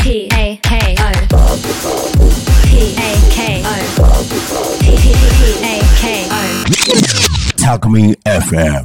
タコミン FM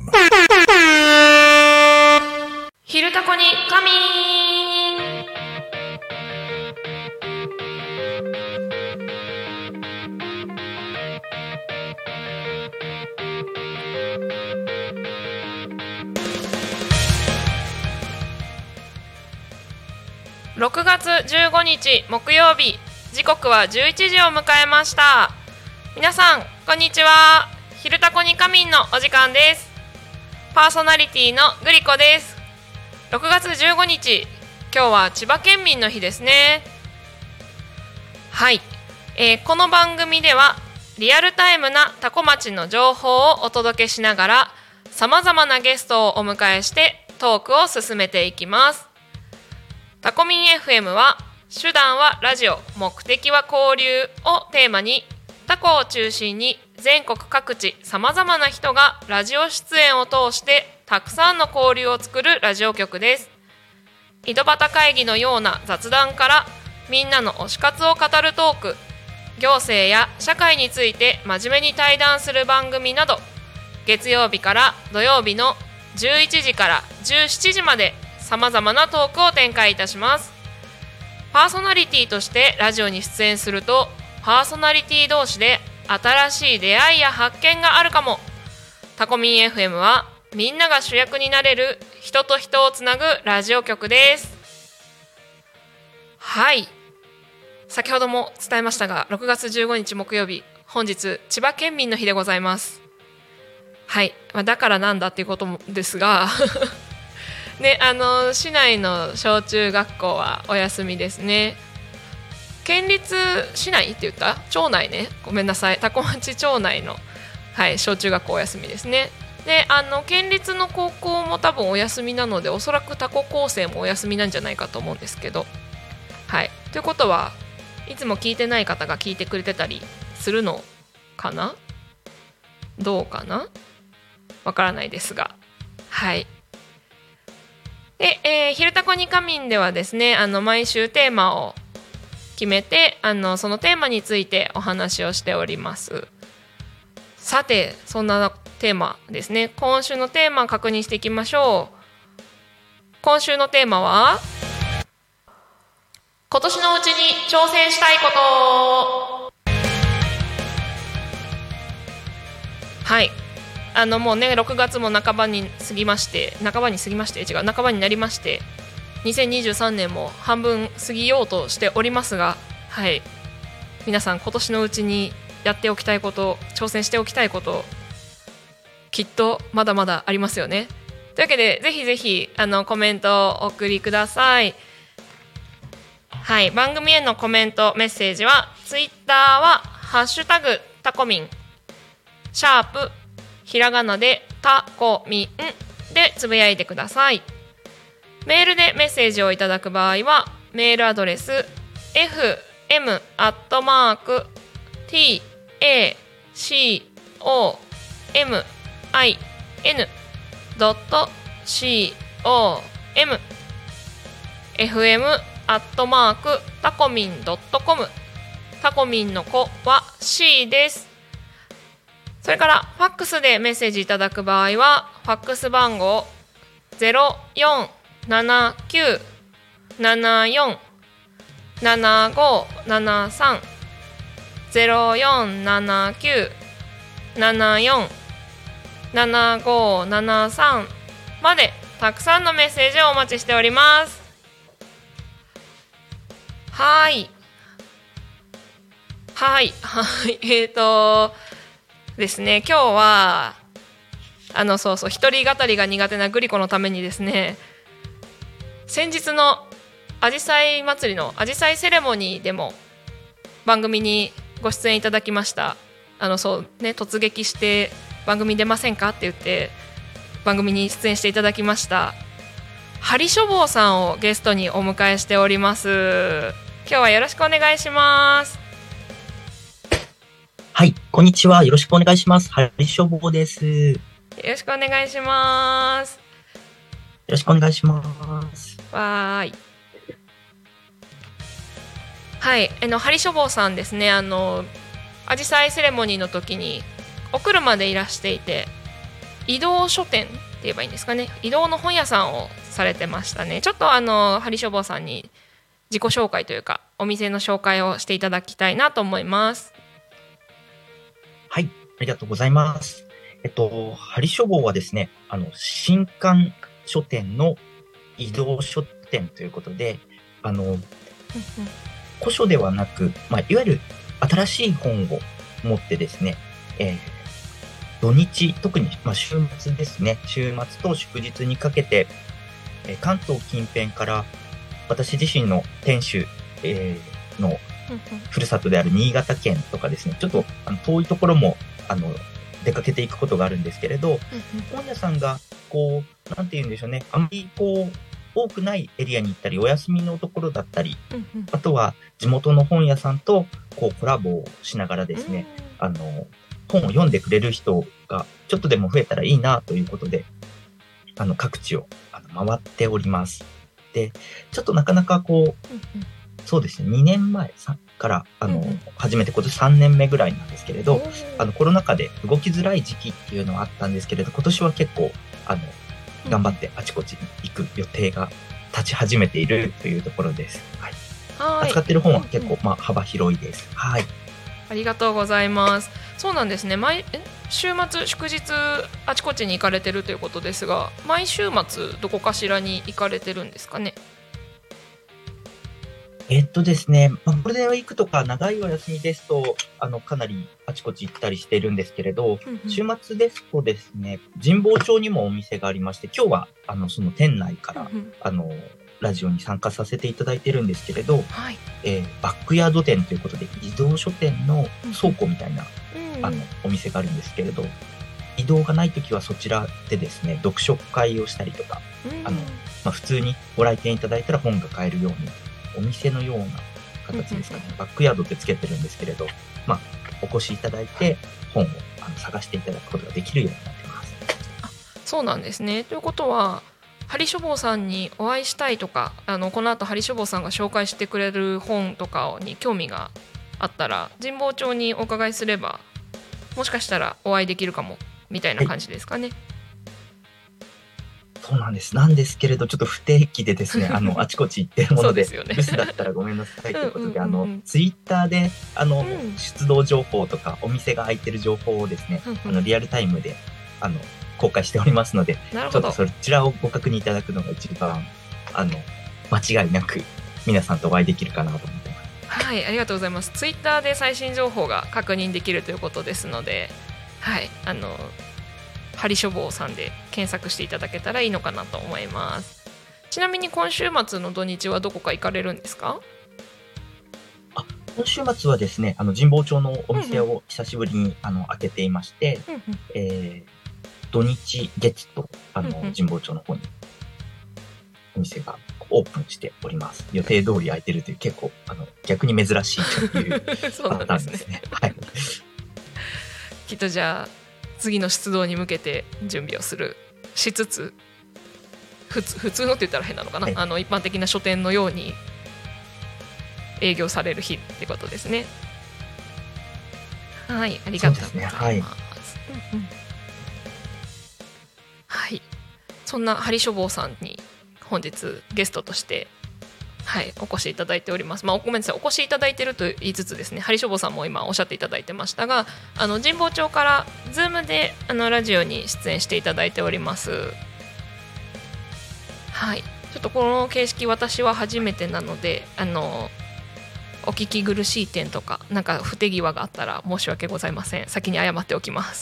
昼タコに仮眠。6月15日木曜日、時刻は11時を迎えました。皆さんこんにちは。昼タコに仮眠のお時間です。パーソナリティのグリコです。6月15日、今日は千葉県民の日ですね。はい、この番組ではリアルタイムなタコ町の情報をお届けしながら、さまざまなゲストをお迎えしてトークを進めていきます。タコミン FM は手段はラジオ、目的は交流をテーマに、タコを中心に全国各地さまざまな人がラジオ出演を通してたくさんの交流を作るラジオ局です。井戸端会議のような雑談から、みんなの推し活を語るトーク、行政や社会について真面目に対談する番組など、月曜日から土曜日の11時から17時までさまざまなトークを展開いたします。パーソナリティとしてラジオに出演すると、パーソナリティ同士で新しい出会いや発見があるかも。タコミン FM はみんなが主役になれる人と人をつなぐラジオ局です。はい、先ほども伝えましたが、6月15日木曜日、本日千葉県民の日でございます。はい、だからなんだっていうことですがね、市内の小中学校はお休みですね。県立市内って言った？町内ね、ごめんなさい、多古町町内の、はい、小中学校お休みですね。で、県立の高校も多分お休みなので、おそらく多古高生もお休みなんじゃないかと思うんですけど、はい、ということはいつも聞いてない方が聞いてくれてたりするのかな、どうかな、わからないですが、はい。で、昼タコに仮眠ではですね、毎週テーマを決めて、そのテーマについてお話をしております。さて、そんなテーマですね、今週のテーマを確認していきましょう。今週のテーマは、今年のうちに挑戦したいこと。はい、もうね、6月も半ばに過ぎまして、半ばになりまして、2023年も半分過ぎようとしておりますが、はい、皆さん今年のうちにやっておきたいこと、挑戦しておきたいこと、きっとまだまだありますよね。というわけで、ぜひぜひコメントをお送りください。はい、番組へのコメントメッセージはツイッターはハッシュタグタコミンシャープひらがなでタコミンでつぶやいてください。メールでメッセージをいただく場合は、メールアドレス fm@tacomin.com fm@tacomin.com、 タコミンの子は C です。それからファックスでメッセージいただく場合は、ファックス番号 0479747573 0479747573までたくさんのメッセージをお待ちしております。はいですね、今日は一人語りが苦手なグリコのためにですね、先日のあじさい祭りのあじさいセレモニーでも番組にご出演いただきました。突撃して番組出ませんかって言って番組に出演していただきました針書房さんをゲストにお迎えしております。今日はよろしくお願いします。 はい、こんにちは。よろしくお願いします。針書房です。よろしくお願いします。 よろしくお願いします。 わーい。 はい、ハリ書房さんですね、アジサイセレモニーの時にお車でいらしていて、移動書店って言えばいいんですかね、移動の本屋さんをされてましたね。ちょっとハリ書房さんに自己紹介というかお店の紹介をしていただきたいなと思います。 はい、ありがとうございます。ハリ書房はですね、新刊書店の移動書店ということで、古書ではなく、いわゆる新しい本を持ってですね、土日、特に、週末ですね、週末と祝日にかけて、関東近辺から私自身の店主、のふるさとである新潟県とかですね、ちょっと遠いところも出かけていくことがあるんですけれど、本屋さんがなんて言うんでしょうね、あまり多くないエリアに行ったり、お休みのところだったり、あとは地元の本屋さんとコラボをしながらですね、本を読んでくれる人がちょっとでも増えたらいいなということで、各地を回っております。で、ちょっとなかなかそうですね、2年前から初めて今年3年目ぐらいなんですけれど、コロナ禍で動きづらい時期っていうのはあったんですけれど、今年は結構頑張ってあちこちに行く予定が立ち始めているというところです。はい。扱っている本は結構、幅広いです。はい。 ありがとうございます。そうなんですね。週末祝日あちこちに行かれてるということですが、毎週末どこかしらに行かれてるんですかね。 ですね、ゴールデンウィークとか長いお休みですと、かなりあちこち行ったりしているんですけれど、週末ですとですね、神保町にもお店がありまして、今日は、その店内から、ラジオに参加させていただいてるんですけれど、 はい、 バックヤード店ということで、移動書店の倉庫みたいな、お店があるんですけれど、移動がないときはそちらでですね、読書会をしたりとか、普通にご来店いただいたら本が買えるように、お店のような形ですかね。バックヤードってつけてるんですけれど、お越しいただいて本を探していただくことができるようになってます。 そうなんですね。ということは、ハリ書房さんにお会いしたいとか、この後ハリ書房さんが紹介してくれる本とかに興味があったら、神保町にお伺いすれば、もしかしたらお会いできるかもみたいな感じですかね。はい、 そうなんです。なんですけれど、ちょっと不定期でですね、あちこち行ってるもので、留守だったらごめんなさいということで、ツイッターで、出動情報とか、お店が開いてる情報をですね、リアルタイムで、公開しておりますので、ちょっとそちらをご確認いただくのが一番、間違いなく皆さんとお会いできるかなと思ってます。 はい、ありがとうございます。ツイッターで最新情報が確認できるということですので、はい、ハリ書房さんで検索していただけたらいいのかなと思います。ちなみに今週末の土日はどこか行かれるんですか？ 今週末はですね、神保町のお店を久しぶりに開けていまして、土日月と神保町の方にお店がオープンしております。予定通り開いてるという結構逆に珍しいというパターンですね。はい。 きっとじゃあ次の出動に向けて準備をしつつ、普通のって言ったら変なのかな、一般的な書店のように営業される日ってことですね。はい、ありがとうございます。はい、はい、そんなハリ書房さんに本日ゲストとして、はい、お越しいただいております。ごめんなさい、お越しいただいていると言いつつですね、ハリ書房さんも今おっしゃっていただいてましたが、神保町からズームでラジオに出演していただいております。はい、ちょっとこの形式私は初めてなので、お聞き苦しい点とかなんか不手際があったら申し訳ございません。先に謝っておきます。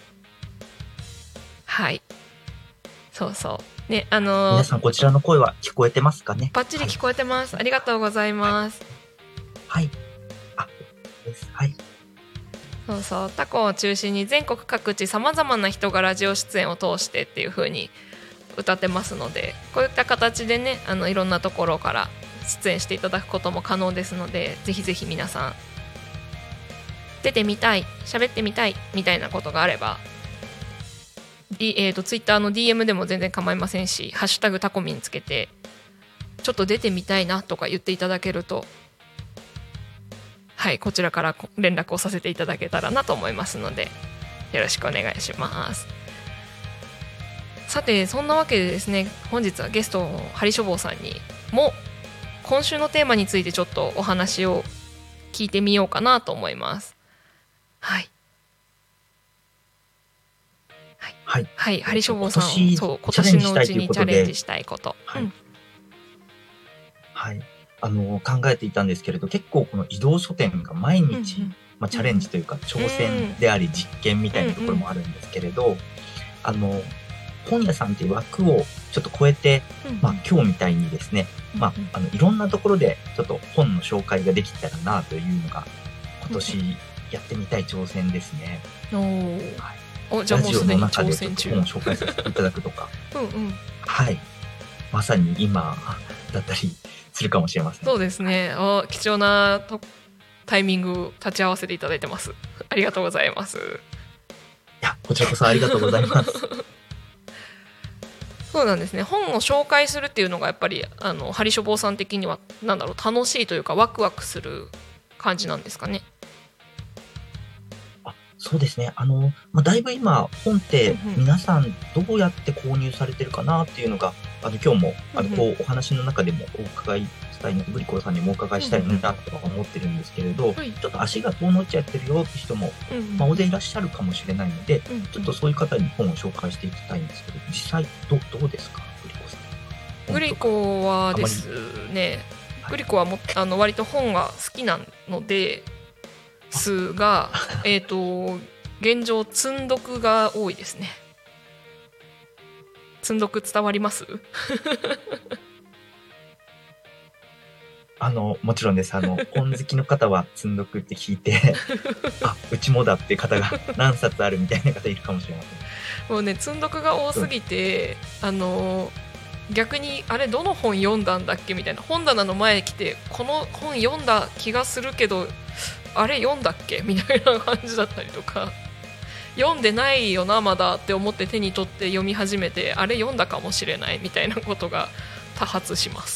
はい、そうそうね、 皆さんこちらの声は聞こえてますかね？ バッチリ聞こえてます。はい、ありがとうございます。 はい。です。はい。 そうそう、他校を中心に全国各地さまざまな人がラジオ出演を通してっていう風に歌ってますので、こういった形でね、いろんなところから出演していただくことも可能ですので、ぜひぜひ皆さん出てみたい、喋ってみたいみたいなことがあれば、ツイッターの DM でも全然構いませんし、ハッシュタグタコミンつけてちょっと出てみたいなとか言っていただけるとはい、こちらから連絡をさせていただけたらなと思いますので、よろしくお願いします。さて、そんなわけでですね、本日はゲストのハリ書房さんにも今週のテーマについてちょっとお話を聞いてみようかなと思います。はい。 はい。 はい、ハリ書房さん、そう、今今年のうちにチャレンジしたいこと。 はい。はい。考えていたんですけれど、結構この移動書店が毎日、チャレンジというか挑戦であり実験みたいなところもあるんですけれど、本屋さんっていう枠をちょっと超えて、今日みたいにですね、いろんなところでちょっと本の紹介ができたらなというのが今年やってみたい挑戦ですね。はい、 じゃあもうすでに挑戦中。 ラジオの中で本を紹介させていただくとか、はい、まさに今だったりするかもしれません。 そうですね。貴重なタイミング立ち会わせていただいてます。ありがとうございます。いや、こちらこそありがとうございます。 そうなんですね。本を紹介するっていうのがやっぱりハリ書房さん的には楽しいというかワクワクする感じなんですかね。 そうですね。だいぶ今本って皆さんどうやって購入されてるかなっていうのが今日もこうお話の中でもお伺いしたいの、ブリコさんにもお伺いしたいなとは思ってるんですけれど、ちょっと足が遠のいちゃってるよって人も大勢いらっしゃるかもしれないので、ちょっとそういう方に本を紹介していきたいんですけど、実際どうですか、ブリコさん。 ブリコはですね、ブリコは割と本が好きなのですが、現状積んどくが多いですね。積んどく伝わります？ もちろんです。本好きの方は積んどくって聞いてうちもだって方が何冊あるみたいな方いるかもしれません。 もうね、積んどくが多すぎて、逆にあれどの本読んだんだっけみたいな、本棚の前に来てこの本読んだ気がするけどあれ読んだっけみたいな感じだったりとか、読んでないよなまだって思って手に取って読み始めて、あれ読んだかもしれないみたいなことが多発します。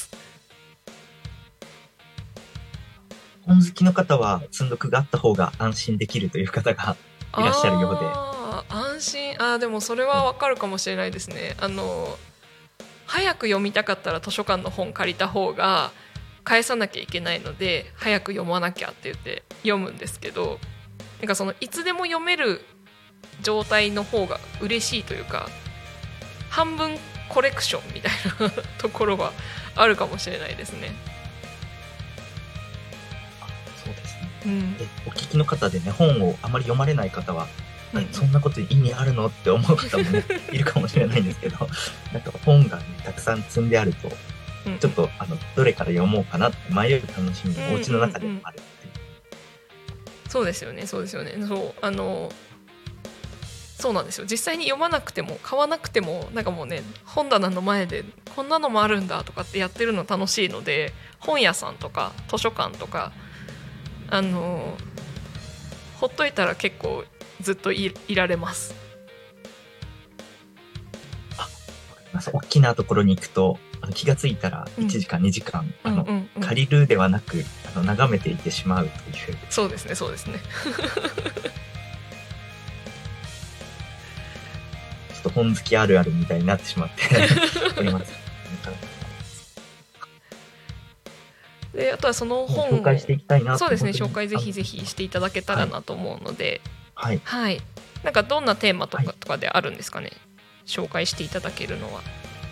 本好きの方は積んどくがあった方が安心できるという方がいらっしゃるようで。 安心、でもそれはわかるかもしれないですね。早く読みたかったら図書館の本借りた方が返さなきゃいけないので早く読まなきゃって言って読むんですけど、なんかそのいつでも読める状態の方が嬉しいというか、半分コレクションみたいなところはあるかもしれないですね。 そうですね。お聞きの方でね、本をあまり読まれない方は、そんなこと意味あるのって思う方も、ね、いるかもしれないんですけど、なんか本が、ね、たくさん積んであると、ちょっとどれから読もうかなって迷う楽しみがお家の中でもあるっていう。 そうですよね、そうですよね。そうなんですよ。実際に読まなくても買わなくても、なんかもうね、本棚の前でこんなのもあるんだとかってやってるの楽しいので、本屋さんとか図書館とかほっといたら結構ずっと いられます。 大きなところに行くと気がついたら1時間、2時間借りるではなく眺めていてしまうという。 そうですね、そうですね。 ちょっと本好きあるあるみたいになってしまっております。 で、あとはその本を紹介していきたいなと。 そうですね、紹介ぜひぜひしていただけたらなと思うので、 はい、 はい、なんかどんなテーマとかであるんですかね、紹介していただけるのは。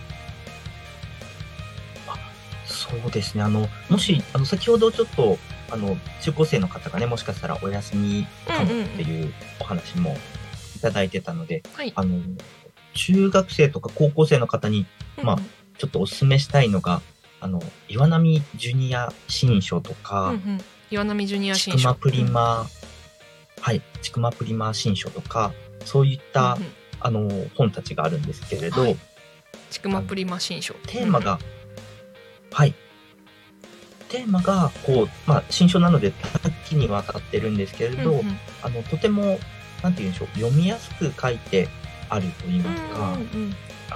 そうですね、もし先ほどちょっと中高生の方がね、もしかしたらお休みかもっていうお話もいただいてたので、中学生とか高校生の方に、ちょっとお勧めしたいのが岩波ジュニア新書とか、 岩波ジュニア新書、 ちくまプリマ、ちくまプリマ新書とか、そういった、本たちがあるんですけれど、 ちくまプリマ新書、 テーマが、テーマがこう、新書なので多岐にわたってるんですけれど、とてもなんて言うんでしょう、読みやすく書いてあると言いますか、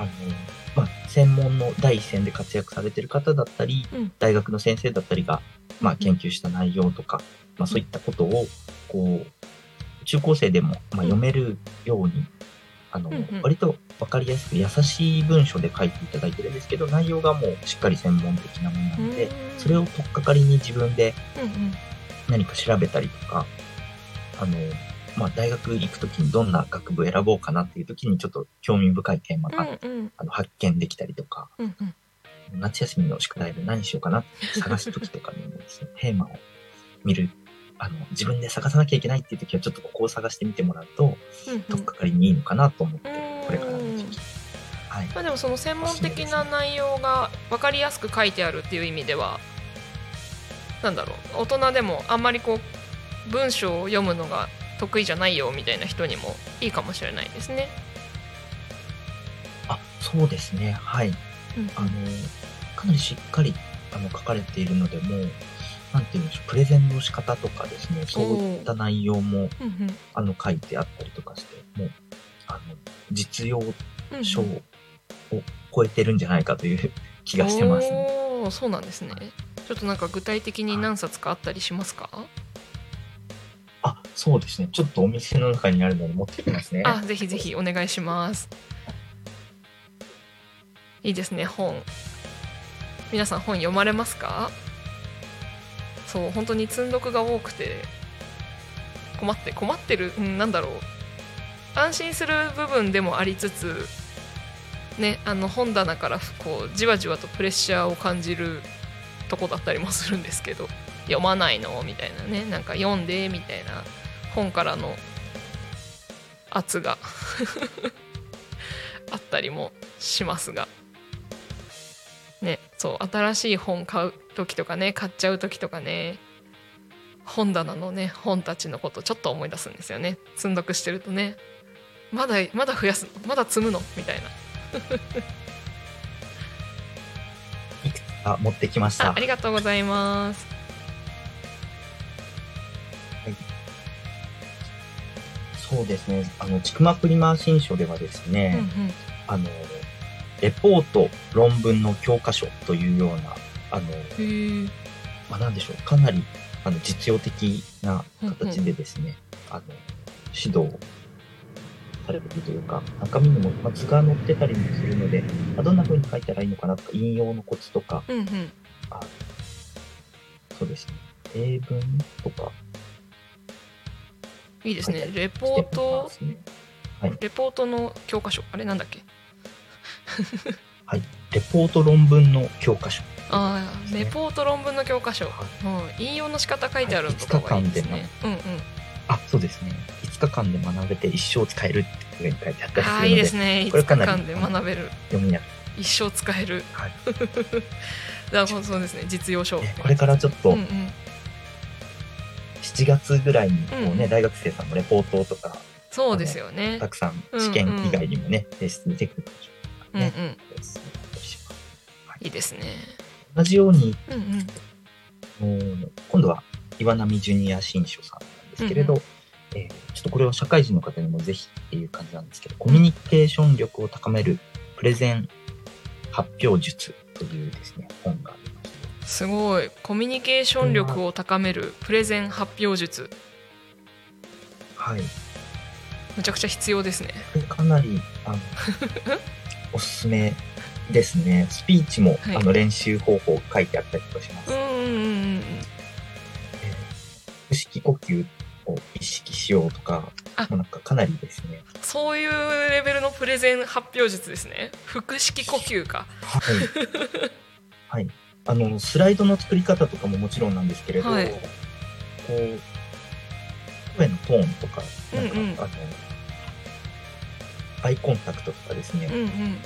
専門の第一線で活躍されてる方だったり、大学の先生だったりが研究した内容とか、そういったことをこう中高生でも読めるように割と分かりやすく優しい文章で書いていただいてるんですけど、内容がもうしっかり専門的なものなので、それを取っかかりに自分で何か調べたりとか、大学行くときにどんな学部選ぼうかなっていうときにちょっと興味深いテーマが発見できたりとか、夏休みの宿題で何しようかなって探すときとかにもですね、テーマを見る、自分で探さなきゃいけないっていうときはちょっとここを探してみてもらうと、取っかかりにいいのかなと思って、これからの時期。 でもその専門的な内容が分かりやすく書いてあるっていう意味では、大人でもあんまりこう文章を読むのが得意じゃないよみたいな人にもいいかもしれないですね。 そうですね。はい。かなりしっかり書かれているので、もうなんて言うんでしょう、プレゼンの仕方とかですね、そういった内容も書いてあったりとかして、もう実用書を超えてるんじゃないかという気がしてますね。 そうなんですね。ちょっとなんか具体的に何冊かあったりしますか？ そうですね。ちょっとお店の中にあるので持ってきますね。 ぜひぜひお願いします。いいですね、本。皆さん本読まれますか？そう、本当に積んどくが多くて困ってる、安心する部分でもありつつね、本棚からこうじわじわとプレッシャーを感じるとこだったりもするんですけど、読まないのみたいなね、なんか読んでみたいな本からの圧があったりもしますがね、そう新しい本買う時とかね、買っちゃう時とかね、本棚のね本たちのことちょっと思い出すんですよね。積んどくしてるとね、まだ増やすの、まだ積むのみたいな。 いくつか持ってきました。 ありがとうございます。 そうですね。ちくまプリマー新書ではですね、レポート論文の教科書というようななんでしょう、かなり実用的な形でですね、指導されるというか、中身にも図が載ってたりもするので、どんな風に書いたらいいのかなとか、引用のコツとか、そうですね、英文とか。 いいですね。レポートの教科書、あれなんだっけ？ はい、レポート論文の教科書、ね。 レポート論文の教科書。引用の仕方書いてあるとかがいいですね。 そうですね。5日間で学べて一生使えるっていう風に書いてあったりするので、 いいですね。5日間で学べる。 読みや一生使える。そうですね。実用書。 これからちょっと、7月ぐらいにこう、大学生さんもレポートとか、 そうですよね。 たくさん試験以外にもね、提出できるかもしれないね。いいですね。同じように、今度は岩波ジュニア新書さんなんですけれど、ちょっとこれは社会人の方にもぜひっていう感じなんですけど、コミュニケーション力を高めるプレゼン発表術というですね、本がありまして。 すごい。コミュニケーション力を高めるプレゼン発表術。 はい。 むちゃくちゃ必要ですね。 これかなりおすすめですね。スピーチも、練習方法書いてあったりとかします。腹式呼吸を意識しようとか、なんかかなりですね。 そういうレベルのプレゼン発表術ですね。腹式呼吸か。 はい。スライドの作り方とかももちろんなんですけれど、こう声のトーンとか、なんかアイコンタクトとかですね。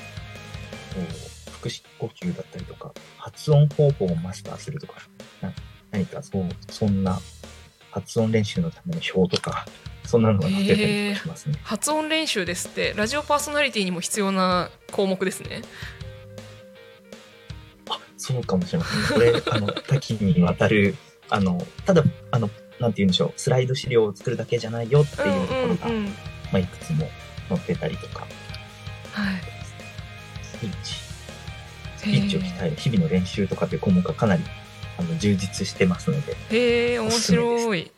腹式呼吸だったりとか、発音方法をマスターするとか、何かそんな発音練習のための表とか、そんなのが載ってたりとかしますね。 発音練習ですって、ラジオパーソナリティにも必要な項目ですね。 そうかもしれません。これ、多岐にわたる、ただ、なんて言うんでしょう、スライド資料を作るだけじゃないよっていうところが、いくつも載ってたりとか、スピーチを鍛える日々の練習とかっていう項目がかなり充実してますので。 へえ、面白い。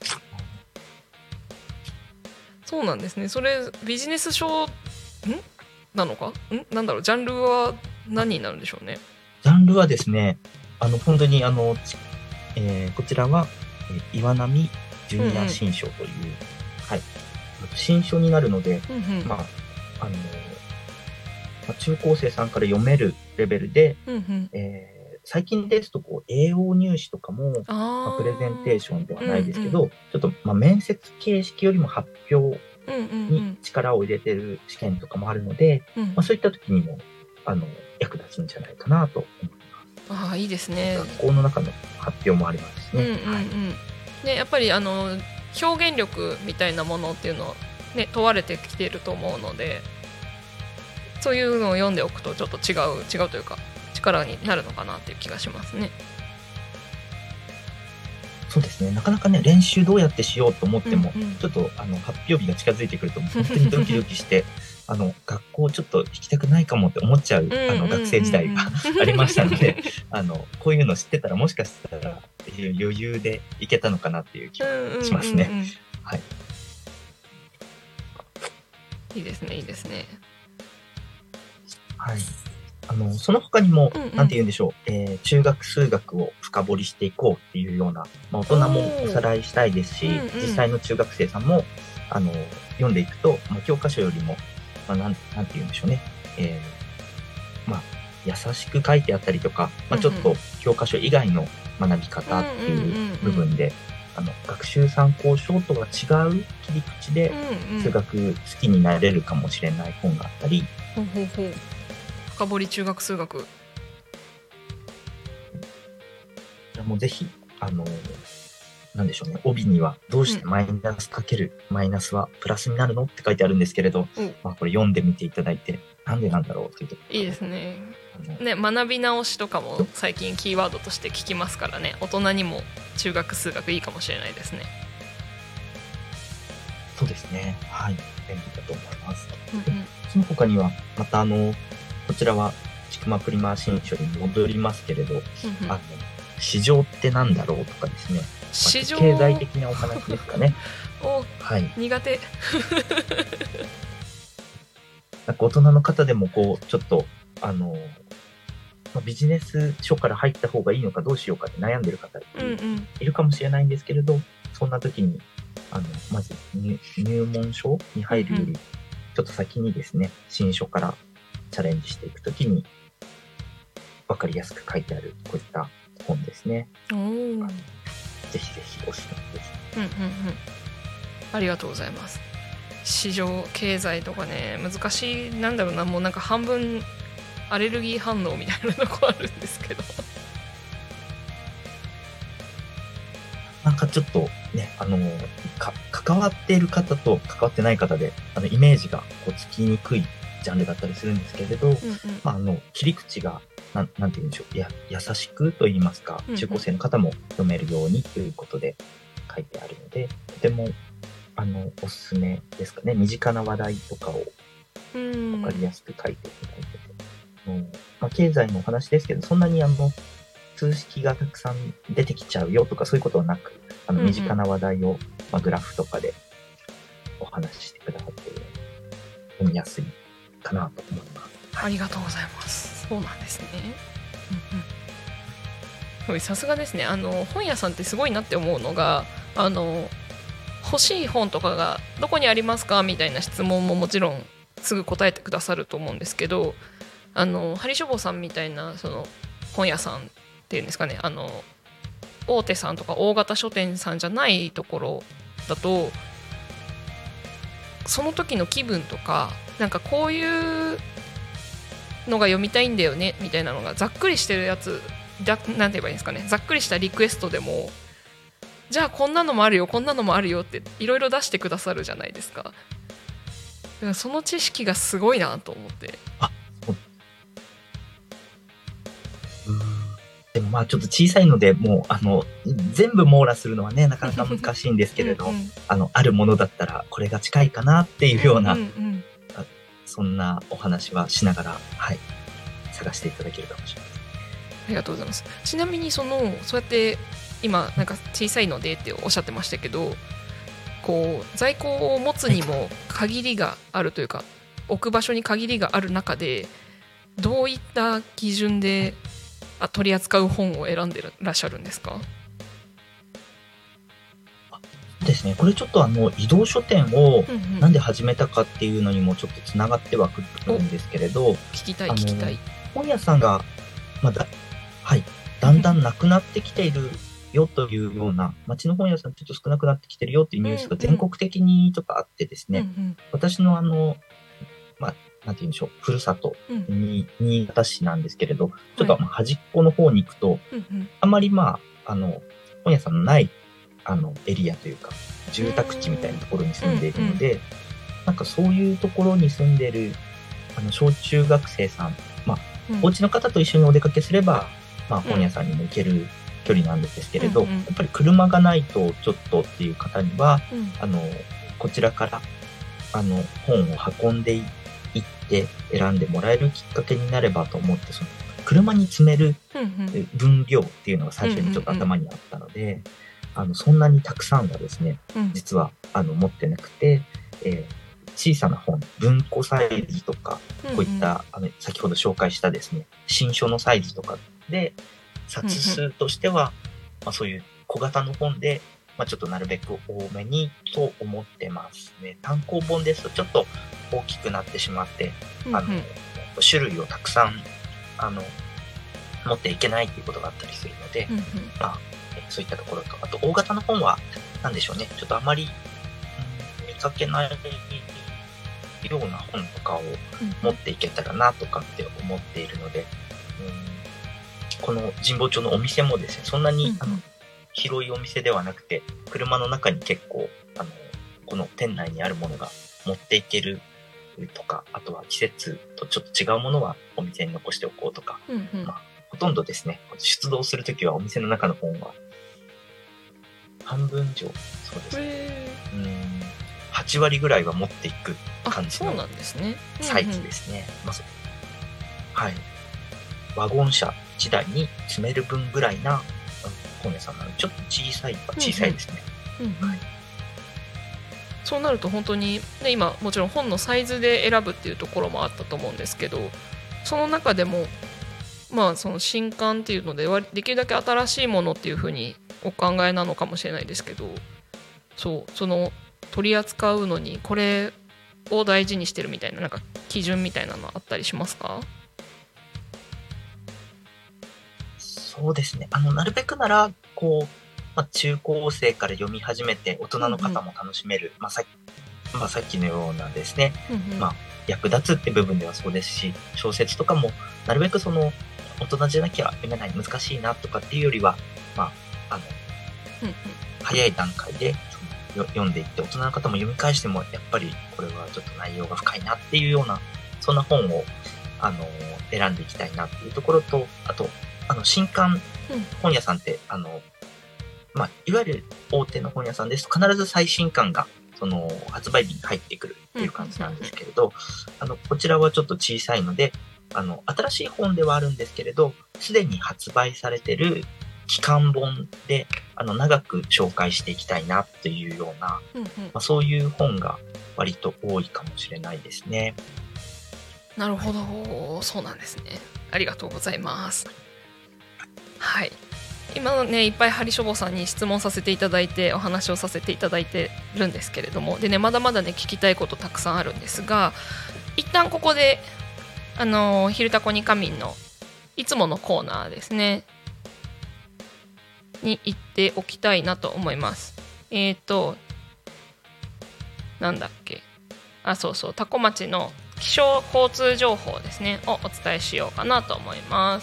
そうなんですね。それビジネス書なのかなんだろう、ジャンルは何になるんでしょうね。 ジャンルはですね、本当にこちらは、岩波ジュニア新書という、はい、新書になるので、中高生さんから読めるレベルで、最近ですと栄養入試とかも、プレゼンテーションではないですけど、ちょっと面接形式よりも発表に力を入れてる試験とかもあるので、そういった時にも役立つんじゃないかなと思います。 いいですね。 学校の中の発表もありますしね。 でやっぱり表現力みたいなものっていうのは、ね、問われてきていると思うので、そういうのを読んでおくとちょっと違うというか力になるのかなっていう気がしますね。 そうですね。なかなかね、練習どうやってしようと思っても、ちょっと発表日が近づいてくると本当にドキドキして学校ちょっと行きたくないかもって思っちゃう学生時代がありましたので、こういうの知ってたらもしかしたら余裕でいけたのかなっていう気がしますね。はい。 いいですね、いいですね。 はい。その他にも、なんて言うんでしょう、中学数学を深掘りしていこうっていうような、大人もおさらいしたいですし、実際の中学生さんも、読んでいくと、教科書よりも、なんて言うんでしょうね、優しく書いてあったりとか、ちょっと教科書以外の学び方っていう部分で、学習参考書とは違う切り口で、数学好きになれるかもしれない本があったり、 深掘り中学数学。 もうぜひなんでしょうね、帯にはどうしてマイナスかけるマイナスはプラスになるのって書いてあるんですけれど、これ読んでみていただいて、なんでなんだろうっていうと。 いいですね。学び直しとかも最近キーワードとして聞きますからね、大人にも中学数学いいかもしれないですね。 そうですね。はい。便利だと思います。その他には、またこちらは、ちくまプリマ新書に戻りますけれど、市場ってなんだろうとかですね。 市場、 経済的なお話ですかね。はい。 苦手。 なんか大人の方でもちょっと、ビジネス書から入った方がいいのかどうしようかって悩んでる方いるかもしれないんですけれど、そんな時に、まず入門書に入るより、ちょっと先にですね、新書からチャレンジしていくときに、わかりやすく書いてある、こういった本ですね。ぜひぜひおすすめです。 ありがとうございます。市場経済とかね、難しい、なんだろうな、もうなんか半分アレルギー反応みたいなとこあるんですけど。 なんかちょっとね、関わっている方と関わってない方で、イメージがつきにくいジャンルだったりするんですけれど、切り口がなんて言うんでしょう、優しくと言いますか、中高生の方も読めるようにということで書いてあるので、とてもおすすめですかね。身近な話題とかを分かりやすく書いていただいてて、経済のお話ですけど、そんなに数式がたくさん出てきちゃうよとかそういうことはなく、身近な話題を、グラフとかでお話ししてくださっているので、読みやすいかなと思います。 ありがとうございます。そうなんですね。さすがですね。本屋さんってすごいなって思うのが、欲しい本とかがどこにありますかみたいな質問ももちろんすぐ答えてくださると思うんですけど、ハリ書房さんみたいなその本屋さんっていうんですかね、大手さんとか大型書店さんじゃないところだと、その時の気分とか、なんかこういうのが読みたいんだよねみたいなのがざっくりしてるやつなんて言えばいいんですかね、ざっくりしたリクエストでも、じゃあこんなのもあるよこんなのもあるよっていろいろ出してくださるじゃないですか。だからその知識がすごいなと思って。 でもちょっと小さいのでもう全部網羅するのはねなかなか難しいんですけれどあるものだったらこれが近いかなっていうような、そんなお話はしながら、はい、探していただけるかもしれません。 りがとうございます。ちなみにそうやって今なんか小さいのでっておっしゃってましたけど、こう在庫を持つにも限りがあるというか、置く場所に限りがある中でどういった基準で取り扱う本を選んでらっしゃるんですか？ ですね、これちょっと移動書店をなんで始めたかっていうのにもちょっとつながってはくるんですけれど、 聞きたい。 本屋さんがだんだんなくなってきているよというような、町の本屋さんちょっと少なくなってきてるよっていうニュースが全国的にちょっとあってですね、私のなんて言うんでしょう、ふるさとに、新潟市なんですけれど、ちょっと端っこの方に行くと、あんまり本屋さんのないエリアというか、住宅地みたいなところに住んでいるので、なんかそういうところに住んでる小中学生さん、お家の方と一緒にお出かけすれば、本屋さんにも行ける距離なんですけれど、やっぱり車がないとちょっとっていう方には、こちらから本を運んでいって選んでもらえるきっかけになればと思って、その車に積める分量っていうのが最初にちょっと頭にあったので、そんなにたくさんはですね、実は持ってなくて、小さな本、文庫サイズとか、こういった先ほど紹介したですね、新書のサイズとかで、冊数としては、そういう小型の本で、ちょっとなるべく多めにと思ってますね。単行本ですとちょっと大きくなってしまって、種類をたくさん持っていけないということがあったりするので、そういったところと、あと大型の本は何でしょうね、ちょっとあまり見かけないような本とかを持っていけたらなとかって思っているので、この神保町のお店もですね、そんなに広いお店ではなくて、車の中に結構この店内にあるものが持っていけるとか、あとは季節とちょっと違うものはお店に残しておこうとか、ほとんどですね、出動するときはお店の中の本は半分以上、そうですね、8割ぐらいは持っていく感じのサイズですね。ワゴン車1台に積める分ぐらいな本屋さんなので、ちょっと小さいですね。 そうなると本当に、ね、今もちろん本のサイズで選ぶっていうところもあったと思うんですけど、その中でもその新刊っていうのでできるだけ新しいものっていうふうにお考えなのかもしれないですけど、その取り扱うのにこれを大事にしてるみたいな、なんか基準みたいなのあったりしますか？ そうですね、なるべくなら中高生から読み始めて大人の方も楽しめる、さっきのようなですね、役立つって部分ではそうですし、小説とかもなるべくその大人じゃなきゃ読めない、難しいなとかっていうよりは、早い段階で読んでいって、大人の方も読み返してもやっぱりこれはちょっと内容が深いなっていうような、そんな本を選んでいきたいなっていうところと、あと新刊本屋さんって、いわゆる大手の本屋さんですと必ず最新刊がその発売日に入ってくるっていう感じなんですけれど、こちらはちょっと小さいので、新しい本ではあるんですけれど、すでに発売されてる期間本で長く紹介していきたいなっていうような、そういう本が割と多いかもしれないですね。 なるほど、そうなんですね。ありがとうございます。はい、今ね、いっぱいハリ書房さんに質問させていただいてお話をさせていただいてるんですけれども、でね、まだまだね聞きたいことたくさんあるんですが、一旦ここでひるたこにかみんのいつものコーナーですねに行っておきたいなと思います。なんだっけ、そうそう、多古町の気象交通情報ですねをお伝えしようかなと思います。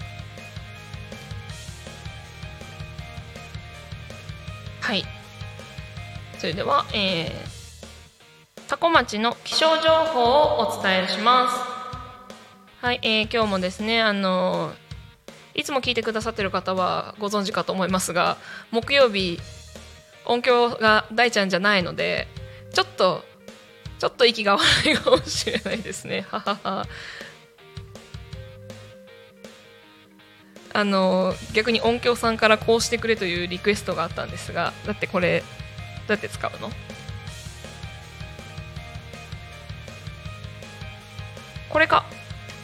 はい、それでは、多古町の気象情報をお伝えします。はい、今日もですね、いつも聞いてくださってる方はご存知かと思いますが、木曜日音響が大ちゃんじゃないので、ちょっと息が悪いかもしれないですね。ははは。 逆に音響さんからこうしてくれというリクエストがあったんですが、だってこれどうやって使うの？これか。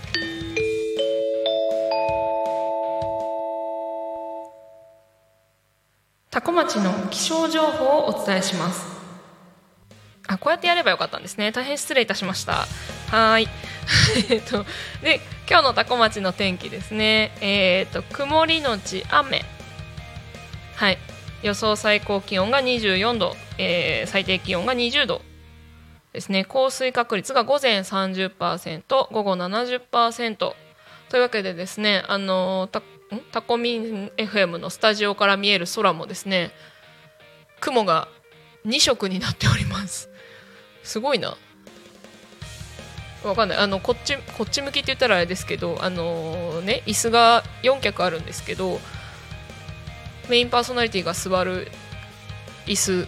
多古町の気象情報をお伝えします。こうやってやればよかったんですね。大変失礼いたしました。はい。で、今日の多古町の天気ですね。曇りのち雨。はい。予想最高気温が24度、最低気温が20度ですね。降水確率が午前 30%、午後 70%。というわけでですね、タコミン FM のスタジオから見える空もですね、雲が2色になっております。すごいな。わかんない。こっち向きって言ったらあれですけど、椅子が4脚あるんですけど、メインパーソナリティが座る席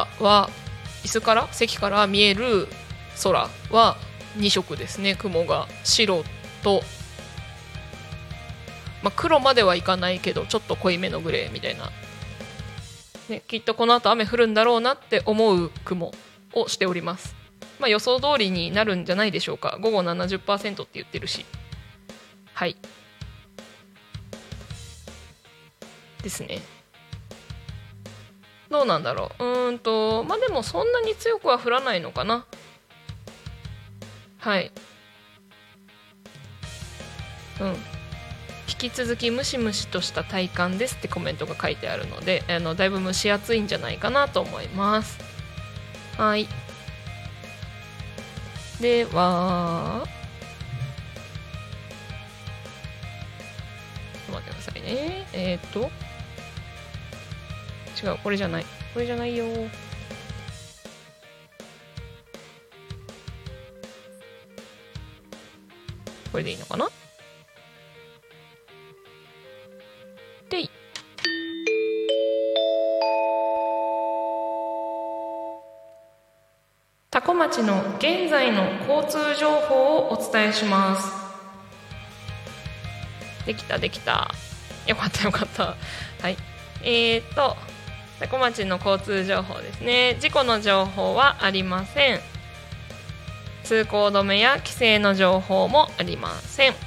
から見える空は2色ですね。雲が白と、黒まではいかないけどちょっと濃いめのグレーみたいな、ね、きっとこの後雨降るんだろうなって思う雲をしております。予想通りになるんじゃないでしょうか。午後 70% って言ってるし、はいですね。どうなんだろう。でもそんなに強くは降らないのかな。はい。引き続きムシムシとした体感ですってコメントが書いてあるので、だいぶ蒸し暑いんじゃないかなと思います。はい。では、ちょっと待ってくださいね。違う、これじゃないよ。これでいいのかな。で、多古町の現在の交通情報をお伝えします。できた。よかった。はい。多古町の交通情報ですね。事故の情報はありません。通行止めや規制の情報もありません。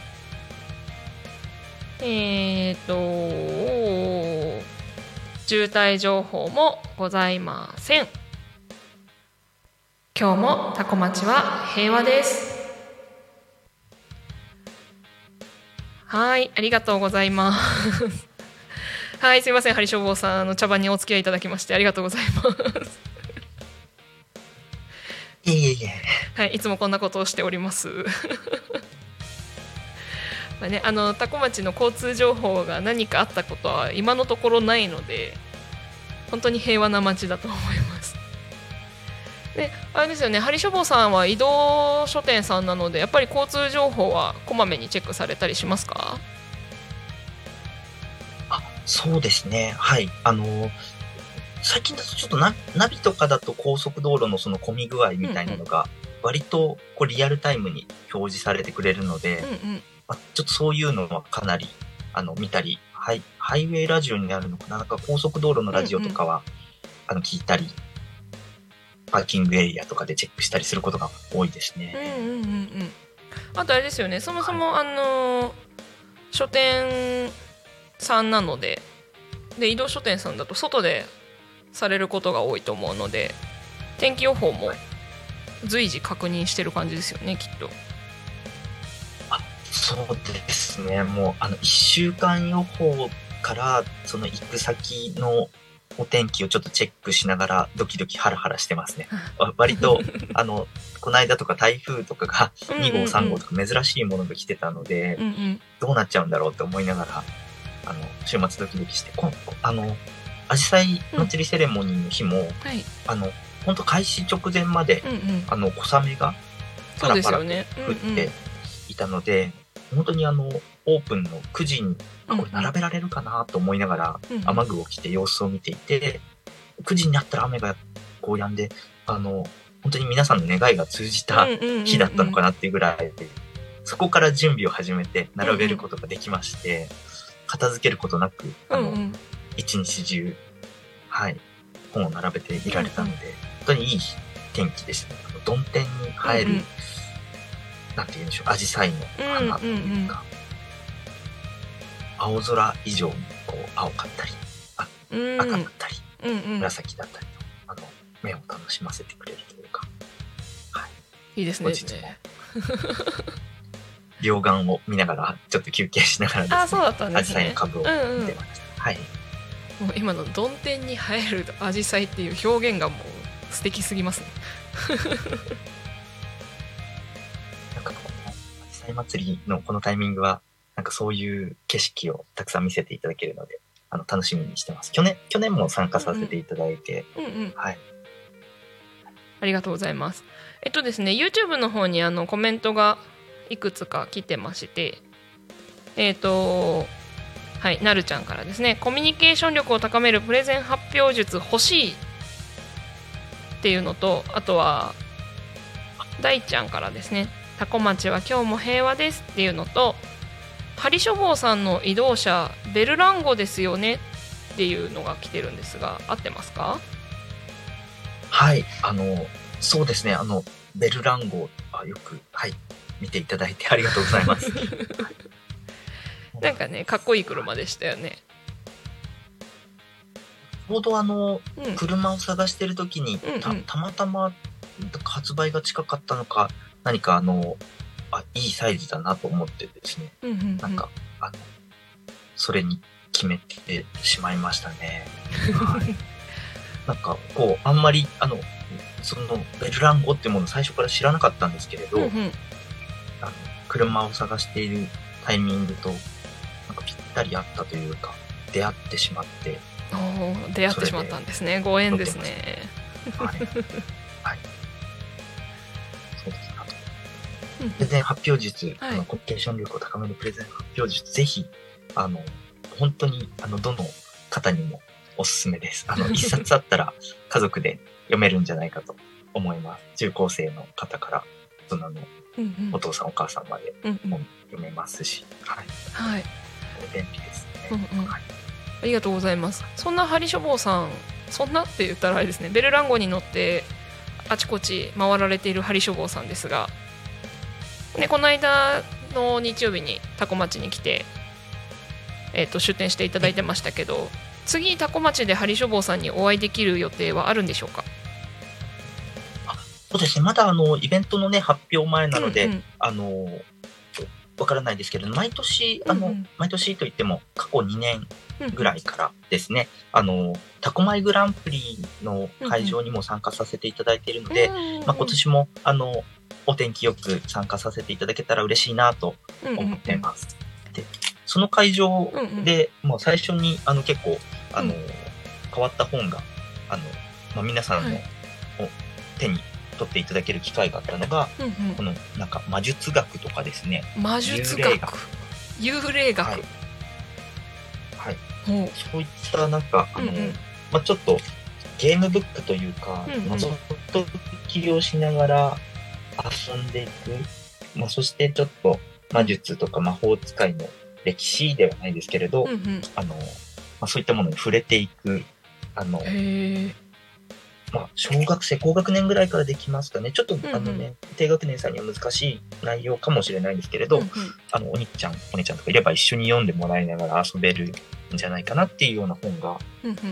渋滞情報もございません。今日も多古町は平和です。はい、ありがとうございますはい、すいません、ハリ消防さん茶番にお付き合いいただきましてありがとうございますはい、いつもこんなことをしておりますね、多古町の交通情報が何かあったことは今のところないので、本当に平和な町だと思います。で、あれですよね、ハリ消防さんは移動書店さんなので、やっぱり交通情報はこまめにチェックされたりしますか？ そうですね、はい。最近だとちょっとナビとかだと高速道路のその混み具合みたいなのが割とこうリアルタイムに表示されてくれるので、ちょっとそういうのはかなり見たり、ハイウェイラジオになるのかな、なんか高速道路のラジオとかは、聞いたり、パーキングエリアとかでチェックしたりすることが多いですね。 あとあれですよね、そもそも書店さんなので、移動書店さんだと外でされることが多いと思うので、天気予報も随時確認してる感じですよね、きっと。 そうですね、もう1週間予報からその行く先のお天気をちょっとチェックしながらドキドキハラハラしてますね割とこの間とか台風とかが2号3号とか珍しいものが来てたので、どうなっちゃうんだろうって思いながら週末ドキドキして、アジサイ祭りセレモニーの日も、本当開始直前まで、小雨がパラパラと降っていたので、本当にオープンの9時にこれ並べられるかなと思いながら雨具を着て様子を見ていて、9時になったら雨がこう止んで、本当に皆さんの願いが通じた日だったのかなっていうぐらいで、そこから準備を始めて並べることができまして、 片付けることなく、一日中、本を並べていられたので、本当にいい天気でしたね。曇天に映える、なんて言うんでしょう、紫陽花の花というか、青空以上にこう青かったり、赤だったり、紫だったりと、目を楽しませてくれるというか、 いいですね。 両岸を見ながら、ちょっと休憩しながらですね、 そうだったんですね。 紫陽花の株を見てました。 もう今の曇天に映える紫陽花っていう表現がもう素敵すぎますね。 なんかこの紫陽花祭りのこのタイミングは、なんかそういう景色をたくさん見せていただけるので、楽しみにしてます。去年も参加させていただいて、 ありがとうございます。ですね、YouTube の方にコメントがいくつか来てまして、なるちゃんからですね、コミュニケーション力を高めるプレゼン発表術欲しいっていうのと、あとは大ちゃんからですね、タコ町は今日も平和ですっていうのと、ハリ書房さんの移動車ベルランゴですよねっていうのが来てるんですが、合ってますか？ そうですね、ベルランゴよく見ていただいてありがとうございます。 なんかね、かっこいい車でしたよね。 ちょうど車を探してる時に、たまたま発売が近かったのか何かいいサイズだなと思ってですね、なんかそれに決めてしまいましたね。なんかこうあんまりそのベルランゴってものを最初から知らなかったんですけれど、車を探しているタイミングとなんかぴったり合ったというか、出会ってしまって。 出会ってしまったんですね。ご縁ですね。 そうですね。プレゼン発表術、コミュニケーション力を高めるプレゼン発表術、ぜひ本当にどの方にもおすすめです。一冊あったら家族で読めるんじゃないかと思います。中高生の方から大人のお父さんお母さんまで本読めますし、便利ですね。 ありがとうございます。そんなハリ書房さん、そんなって言ったらあれですね、ベルランゴに乗ってあちこち回られているハリ書房さんですが、この間の日曜日にタコ町に来て、出店していただいてましたけど、次タコ町でハリ書房さんにお会いできる予定はあるんでしょうか？ そうですね、まだイベントのね発表前なので、わからないですけど、毎年毎年といっても過去2年ぐらいからですね、タコマイグランプリの会場にも参加させていただいているので、今年もお天気よく参加させていただけたら嬉しいなと思っています。で、その会場で、もう最初に結構変わった本が皆さんの手に取っていただける機会があったのが、このなんか魔術学とかですね、 魔術学、幽霊学、 そういったなんかちょっとゲームブックというか、謎解きをしながら遊んでいく、そしてちょっと魔術とか魔法使いの歴史ではないですけれど、そういったものに触れていく、小学生高学年ぐらいからできますかね。ちょっと低学年さんには難しい内容かもしれないんですけれど、お兄ちゃんお姉ちゃんとかいれば一緒に読んでもらいながら遊べるんじゃないかなっていうような本が、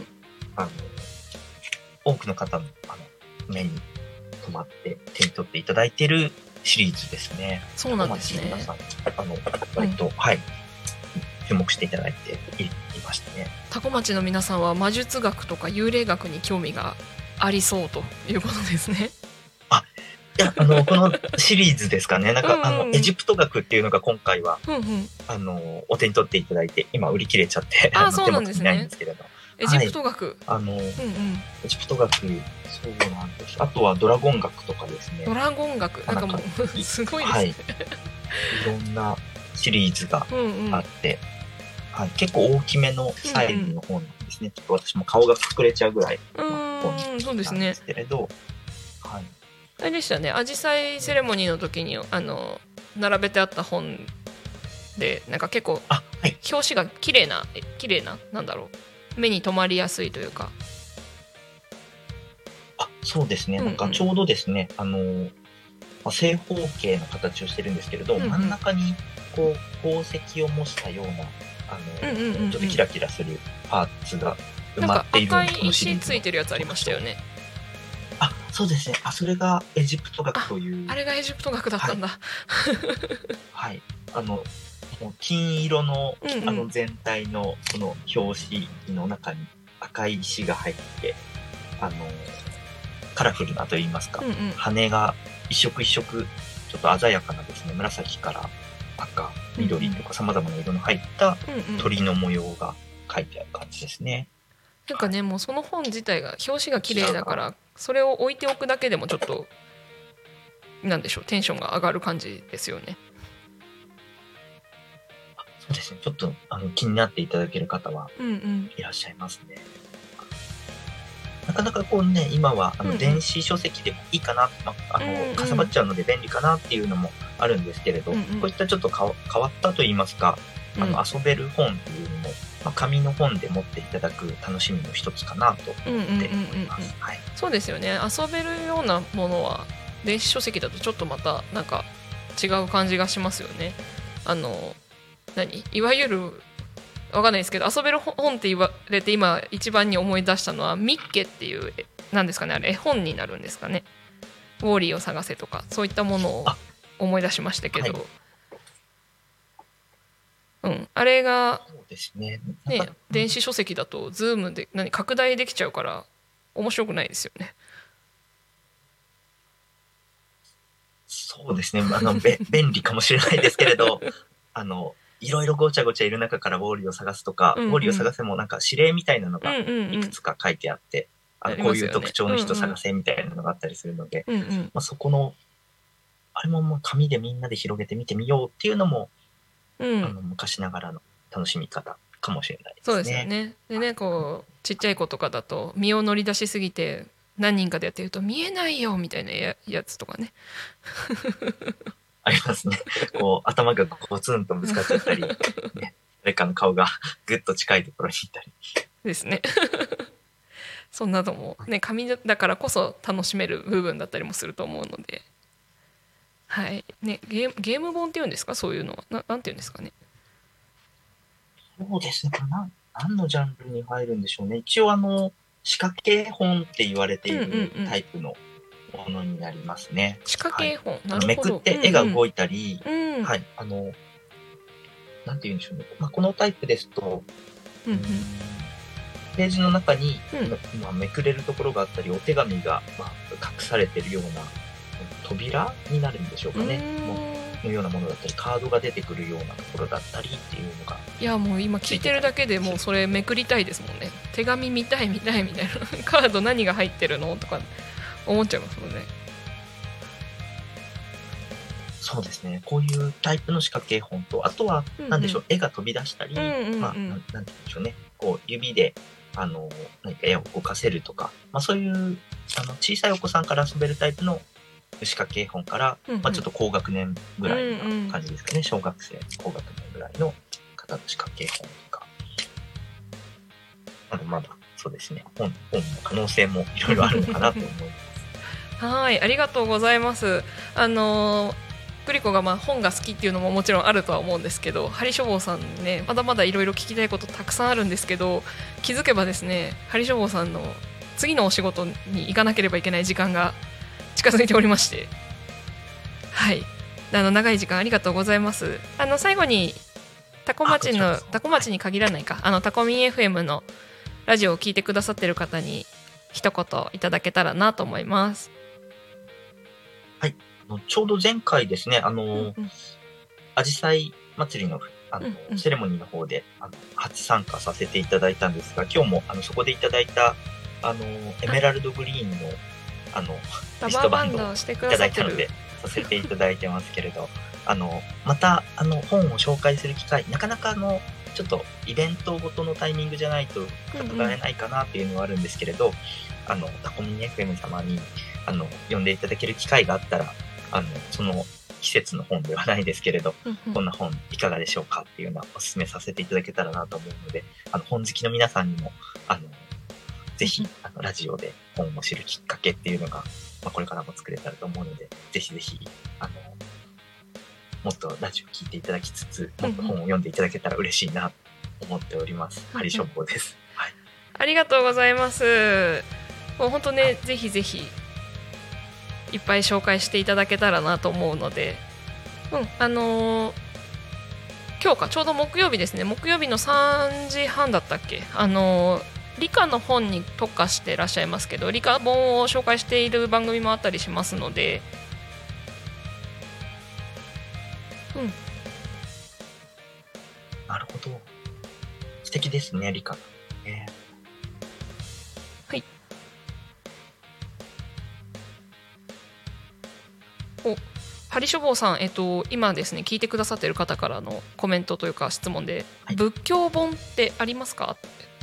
多くの方の目に留まって手に取っていただいているシリーズですね。 そうなんですね。 皆さん割と、注目していただいていましたね。 タコ町の皆さんは魔術学とか幽霊学に興味がありそうということですね。 いやこのシリーズですかね。なんかエジプト学っていうのが今回は、お手に取っていただいて、今売り切れちゃってそうなんですね。 ないんですけれど、 エジプト学、 エジプト学、そうなんです。あとはドラゴン学とかですね。 ドラゴン学、なんかもうすごいですね。 いろんなシリーズがあって、結構大きめのサイズの本なんですね。ちょっと私も顔が膨れちゃうぐらいの本なんですけれど、 あれでしたね、アジサイセレモニーの時に並べてあった本で、なんか結構はい、 表紙が綺麗ななんだろう、目に留まりやすいというか。 そうですね、 うんうん、 なんかちょうどですね、正方形の形をしてるんですけれど、 うんうん、 真ん中にこう宝石を模したようなちょっとキラキラするパーツが埋まっているような、 赤い石ついてるやつありましたよね。 そうですね。それがエジプト学という。 あれがエジプト学だったんだ。 はい。もう金色の、 うんうん、 全体のその表紙の中に赤い石が入って、カラフルなと言いますか、 うんうん、 羽が一色一色、ちょっと鮮やかなですね、紫から赤、緑とか様々な色の入った鳥の模様が書いてある感じですね。 なんかね、もうその本自体が表紙が綺麗だから、それを置いておくだけでもちょっとなんでしょう、テンションが上がる感じですよね。 そうですね、ちょっと気になっていただける方はいらっしゃいますね。なかなかこうね、今は電子書籍でもいいかな、かさばっちゃうので便利かなっていうのもあるんですけれど、こういったちょっと変わったといいますか、遊べる本っていうのも、紙の本で持っていただく楽しみの一つかなと思っております。 そうですよね。遊べるようなものは電子書籍だとちょっとまたなんか違う感じがしますよね。いわゆるわかんないですけど、遊べる本って言われて今一番に思い出したのはミッケっていう、なんですかね、あれ絵本になるんですかね。ウォーリーを探せとかそういったものを思い出しましたけど、あれが、 そうですね、 電子書籍だとズームで拡大できちゃうから面白くないですよね。 そうですね、便利かもしれないですけれどいろいろごちゃごちゃいる中からウォーリーを探すとか、ウォーリーを探せもなんか指令みたいなのがいくつか書いてあって、こういう特徴の人探せみたいなのがあったりするので、そこのあれも紙でみんなで広げて見てみようっていうのも、昔ながらの楽しみ方かもしれないですね。 そうですよね。でね、こうちっちゃい子とかだと身を乗り出しすぎて何人かでやってると見えないよみたいなやつとかね。 ありますね。こう頭がゴツンとぶつかっちゃったり、ね、誰かの顔がぐっと近いところにいたりですね。そんなのもね、紙だからこそ楽しめる部分だったりもすると思うので、はいね、ゲーム本っていうんですか、そういうのはなんていうんですかね。 そうですね。何のジャンルに入るんでしょうね。一応仕掛け本って言われているタイプのものになりますね。 仕掛け本、なるほど。 めくって絵が動いたり、はい、なんて言うんでしょうね。このタイプですと、ページの中に、めくれるところがあったり、お手紙が、隠されているような扉になるんでしょうかね。のようなものだったり、カードが出てくるようなところだったりっていうのが。 いや、もう今聞いてるだけでもうそれめくりたいですもんね。手紙見たいみたいなカード何が入ってるのとか思っちゃいますもんね。 そうですね。こういうタイプの仕掛け本と、あとは何でしょう、絵が飛び出したり、なんて言うんでしょうね。こう指で何か絵を動かせるとか、そういう小さいお子さんから遊べるタイプの仕掛け本から、ちょっと高学年ぐらいな感じですかね。小学生高学年ぐらいの方の仕掛け本とか、まだそうですね。本の可能性もいろいろあるのかなと思います。 はい、ありがとうございます。グリコが本が好きっていうのももちろんあるとは思うんですけど、ハリ書房さんね、まだまだいろいろ聞きたいことたくさんあるんですけど、気づけばですね、ハリ書房さんの次のお仕事に行かなければいけない時間が近づいておりまして、はい、長い時間ありがとうございます。最後にタコ町に限らないか、タコミン FM のラジオを聞いてくださってる方に一言いただけたらなと思います。 はい、ちょうど前回ですね、あじさい祭りのセレモニーの方で初参加させていただいたんですが、今日もそこでいただいたエメラルドグリーンのリストバンドをいただいたのでさせていただいてますけれど、また本を紹介する機会、なかなかちょっとイベントごとのタイミングじゃないと語れないかなっていうのはあるんですけれど、タコミン FM 様に呼んでいただける機会があったら、その季節の本ではないですけれど、 うんうんこんな本いかがでしょうかっていうのはお勧めさせていただけたらなと思うので、本好きの皆さんにも、ぜひ、ラジオで本を知るきっかけっていうのが、これからも作れたらと思うので、ぜひぜひ、もっとラジオ聞いていただきつつ、もっと本を読んでいただけたら嬉しいなと思っております。ハリショボです。はい。 ありがとうございます。もう本当ね、ぜひぜひいっぱい紹介していただけたらなと思うので、今日かちょうど木曜日ですね。木曜日の3時半だったっけ？理科の本に特化してらっしゃいますけど、理科本を紹介している番組もあったりしますので、 なるほど。素敵ですね、理科。 はい。ハリショボーさん、今ですね聞いてくださっている方からのコメントというか質問で、 はい、 仏教本ってありますか？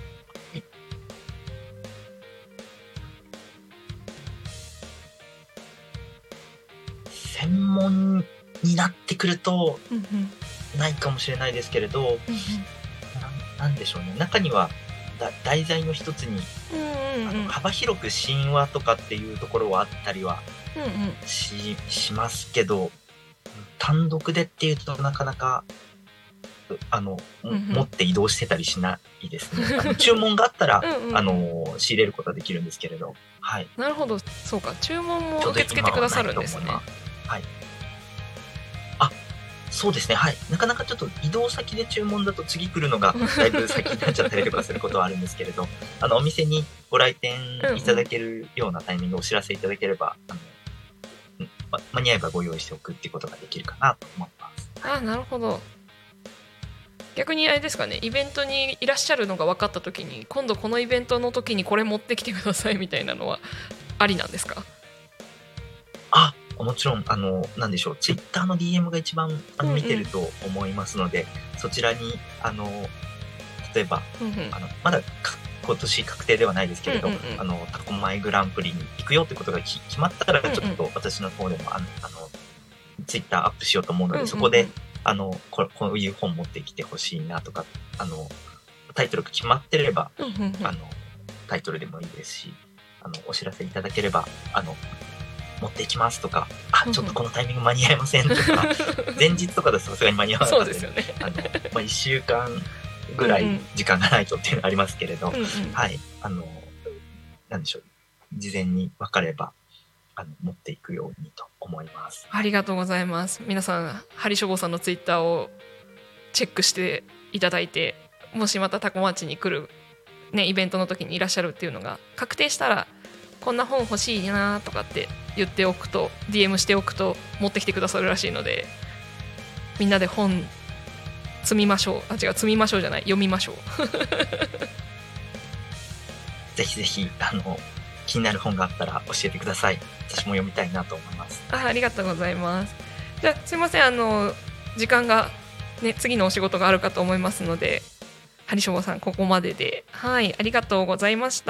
専門になってくるとないかもしれないですけれど、なんでしょうね、中には題材の一つに、幅広く神話とかっていうところはあったりはしますけど、単独でっていうとなかなか持って移動してたりしないですね。注文があったら仕入れることはできるんですけれど、はい。 なるほど、そうか、注文も受け付けてくださるんですね。 はい。そうですね、はい。なかなかちょっと移動先で注文だと次来るのがだいぶ先になっちゃったりとかすることはあるんですけれど、お店にご来店いただけるようなタイミングをお知らせいただければ、間に合えばご用意しておくっていうことができるかなと思います。 なるほど。逆にあれですかね、イベントにいらっしゃるのが分かった時に、今度このイベントの時にこれ持ってきてくださいみたいなのはありなんですか？ もちろん、なんでしょう、ツイッターの DM が一番見てると思いますので、そちらに、例えば、まだ今年確定ではないですけれど、タコマイグランプリに行くよってことが決まったら、ちょっと私の方でも、ツイッターアップしようと思うので、そこで、こういう本持ってきてほしいなとか、タイトルが決まってれば、タイトルでもいいですし、お知らせいただければ、持っていきますとか、ちょっとこのタイミング間に合いませんとか、前日とかだとさすがに間に合わないので、1週間ぐらい時間がないとっていうのがありますけれど、はい、なんでしょう、事前に分かれば、持っていくようにと思います。 ありがとうございます。皆さん、ハリショボさんのツイッターをチェックしていただいて、もしまたタコ町に来る、イベントの時にいらっしゃるっていうのが確定したら、こんな本欲しいなとかって言っておくと、 DM しておくと持ってきてくださるらしいので、みんなで本積みましょう。積みましょうじゃない、読みましょう。 ぜひぜひ気になる本があったら教えてください。私も読みたいなと思います。 ありがとうございます。じゃあすいません、時間が、次のお仕事があるかと思いますので、ハリショボさんここまでで、はい、ありがとうございました。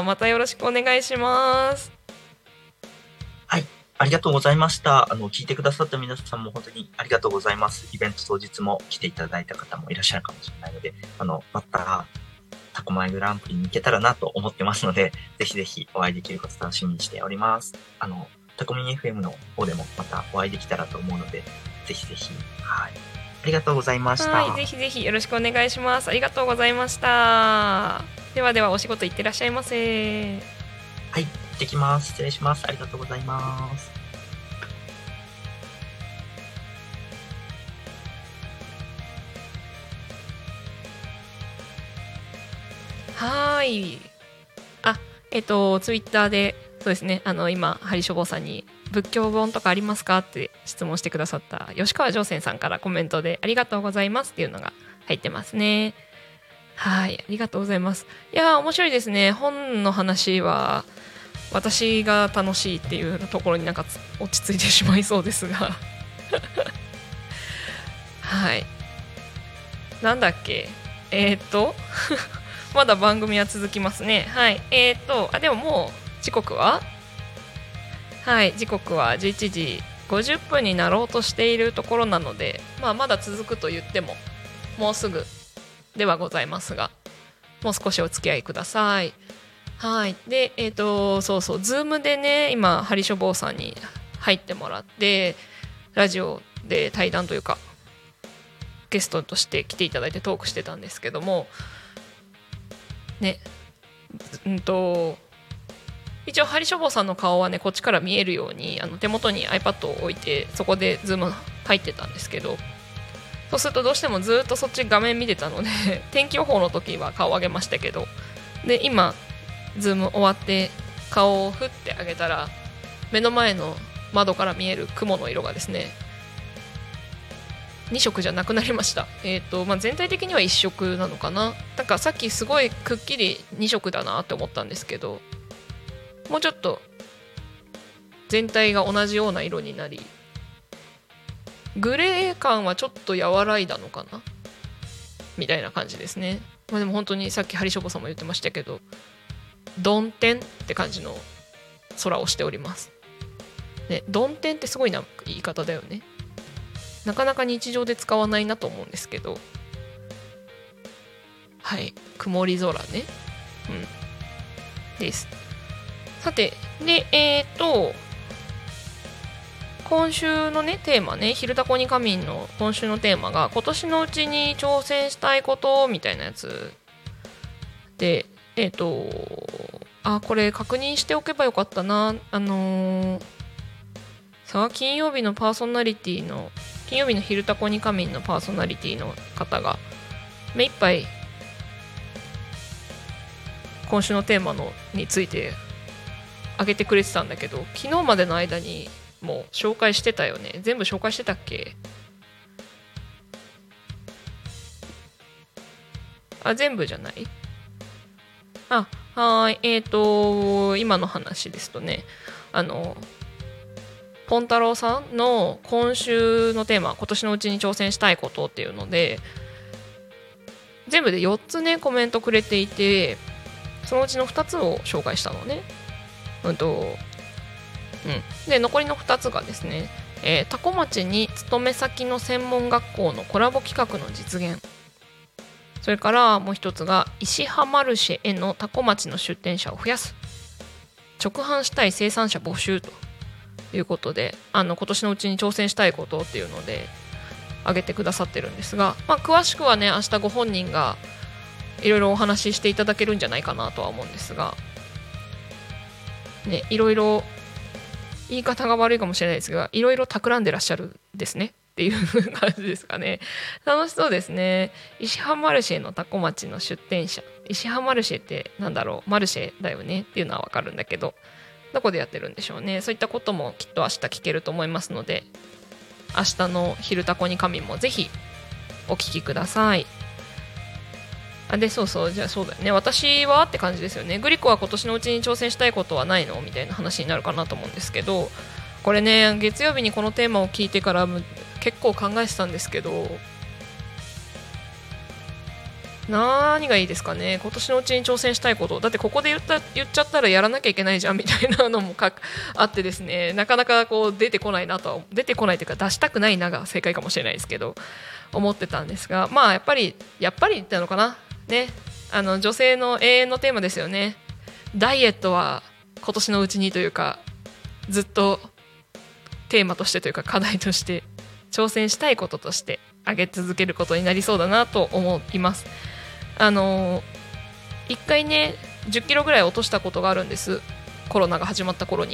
またよろしくお願いします。 はい、ありがとうございました。聞いてくださった皆さんも本当にありがとうございます。イベント当日も来ていただいた方もいらっしゃるかもしれないので、またタコマイグランプリに行けたらなと思ってますので、ぜひぜひお会いできること楽しみにしております。タコミン FM の方でもまたお会いできたらと思うので、ぜひぜひ、はい、ありがとうございました。 はい、ぜひぜひよろしくお願いします。ありがとうございました。ではではお仕事行ってらっしゃいませ。 はい、行ってきます。失礼します。ありがとうございます。 はい。ツイッターで、そうですね、今、ハリショボさんに仏教本とかありますかって質問してくださった吉川上泉さんからコメントでありがとうございますっていうのが入ってますね。はい、ありがとうございます。いや、面白いですね。本の話は私が楽しいっていうところになんか落ち着いてしまいそうですがはい、なんだっけ、まだ番組は続きますね。はい、でももう時刻は、はい、時刻は11時 50分になろうとしているところなので、まだ続くと言ってももうすぐではございますが、もう少しお付き合いください。はい。で、Zoom でね、今ハリショボーさんに入ってもらって、ラジオで対談というかゲストとして来ていただいてトークしてたんですけどもね、一応ハリショボーさんの顔はねこっちから見えるように手元に iPad を置いてそこで Zoom 入ってたんですけど、そうするとどうしてもずっとそっち画面見てたので天気予報の時は顔を上げましたけど、で今ズーム終わって顔を振ってあげたら目の前の窓から見える雲の色がですね2色じゃなくなりました。全体的には1色なのかな。なんかさっきすごいくっきり2色だなって思ったんですけど、もうちょっと全体が同じような色になり、グレー感はちょっと和らいだのかなみたいな感じですね。でも本当にさっきハリショボさんも言ってましたけど、曇天って感じの空をしております、ね。曇天ってすごいな言い方だよね。なかなか日常で使わないなと思うんですけど、はい、曇り空ね、です。さて、で今週のねテーマね、昼タコに仮眠の今週のテーマが今年のうちに挑戦したいことみたいなやつで、これ確認しておけばよかったな。金曜日のパーソナリティの金曜日の昼タコに仮眠のパーソナリティの方が目いっぱい今週のテーマについて挙げてくれてたんだけど、昨日までの間にもう紹介してたよね。全部紹介してたっけ？全部じゃない？はい。今の話ですとね、ポンタロウさんの今週のテーマ、今年のうちに挑戦したいことっていうので、全部で4つねコメントくれていて、そのうちの2つを紹介したのね。で残りの2つがですね、多古町に勤め先の専門学校のコラボ企画の実現、それからもう1つが石浜マルシェへの多古町の出店者を増やす、直販したい生産者募集ということで、今年のうちに挑戦したいことっていうので挙げてくださってるんですが、詳しくはね明日ご本人がいろいろお話ししていただけるんじゃないかなとは思うんですがね、いろいろ言い方が悪いかもしれないですが、いろいろ企んでらっしゃるですねっていう感じですかね。楽しそうですね。石浜マルシェの多古町の出店者、石浜マルシェってなんだろう、マルシェだよねっていうのはわかるんだけど、どこでやってるんでしょうね。そういったこともきっと明日聞けると思いますので、明日の昼タコに仮眠もぜひお聞きください。でじゃあそうだよね、私はって感じですよね。グリコは今年のうちに挑戦したいことはないのみたいな話になるかなと思うんですけど、これね月曜日にこのテーマを聞いてから結構考えてたんですけど、何がいいですかね。今年のうちに挑戦したいこと、だってここで言っちゃったらやらなきゃいけないじゃんみたいなのもあってですね、なかなかこう出てこないというか出したくないなが正解かもしれないですけど思ってたんですが、やっぱりってのかなね、女性の永遠のテーマですよね。ダイエットは今年のうちにというか、ずっとテーマとしてというか課題として挑戦したいこととして上げ続けることになりそうだなと思います。1回ね10キロぐらい落としたことがあるんです、コロナが始まった頃に。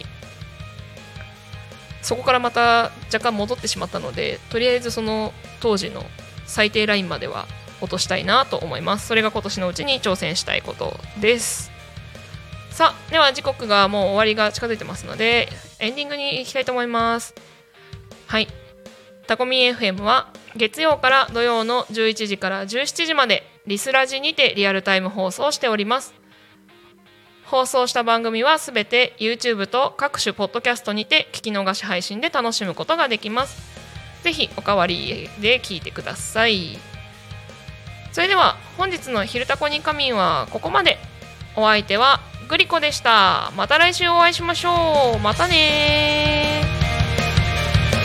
そこからまた若干戻ってしまったので、とりあえずその当時の最低ラインまでは落としたいなと思います。それが今年のうちに挑戦したいことです。さあ、では時刻がもう終わりが近づいてますのでエンディングに行きたいと思います。はい、タコミ FM は月曜から土曜の11時から17時までリスラジにてリアルタイム放送しております。放送した番組はすべて YouTube と各種ポッドキャストにて聞き逃し配信で楽しむことができます。ぜひおかわりで聞いてください。それでは本日の昼タコに仮眠はここまで。お相手はグリコでした。また来週お会いしましょう。またねー。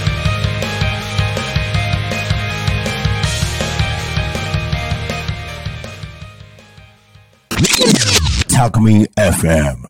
Talk Me FM